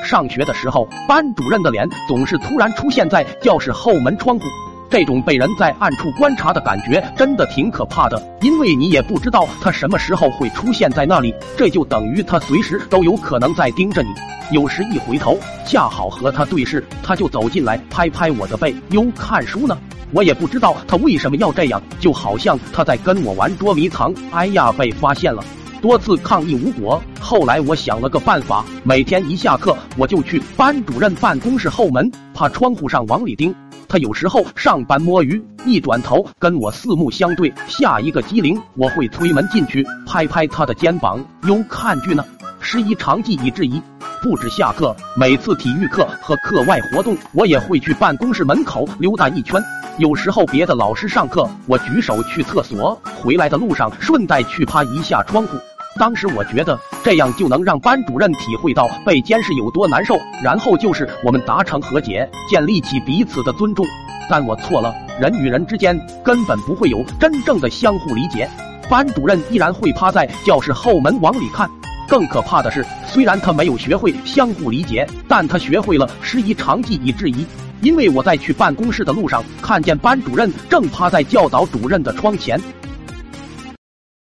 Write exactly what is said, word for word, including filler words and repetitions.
上学的时候，班主任的脸总是突然出现在教室后门窗户，这种被人在暗处观察的感觉真的挺可怕的，因为你也不知道他什么时候会出现在那里，这就等于他随时都有可能在盯着你。有时一回头，恰好和他对视，他就走进来拍拍我的背，哟，看书呢。我也不知道他为什么要这样，就好像他在跟我玩捉迷藏。哎呀，被发现了，多次抗议无果。后来我想了个办法，每天一下课我就去班主任办公室后门，怕窗户上往里盯。他有时候上班摸鱼，一转头跟我四目相对，下一个机灵我会推门进去，拍拍他的肩膀，哟，看剧呢。师夷长技以制夷，不止下课，每次体育课和课外活动，我也会去办公室门口溜达一圈。有时候别的老师上课，我举手去厕所，回来的路上顺带去趴一下窗户。当时我觉得这样就能让班主任体会到被监视有多难受，然后就是我们达成和解，建立起彼此的尊重。但我错了，人与人之间根本不会有真正的相互理解，班主任依然会趴在教室后门往里看。更可怕的是，虽然他没有学会相互理解，但他学会了师夷长技以制夷。因为我在去办公室的路上看见班主任正趴在教导主任的窗前，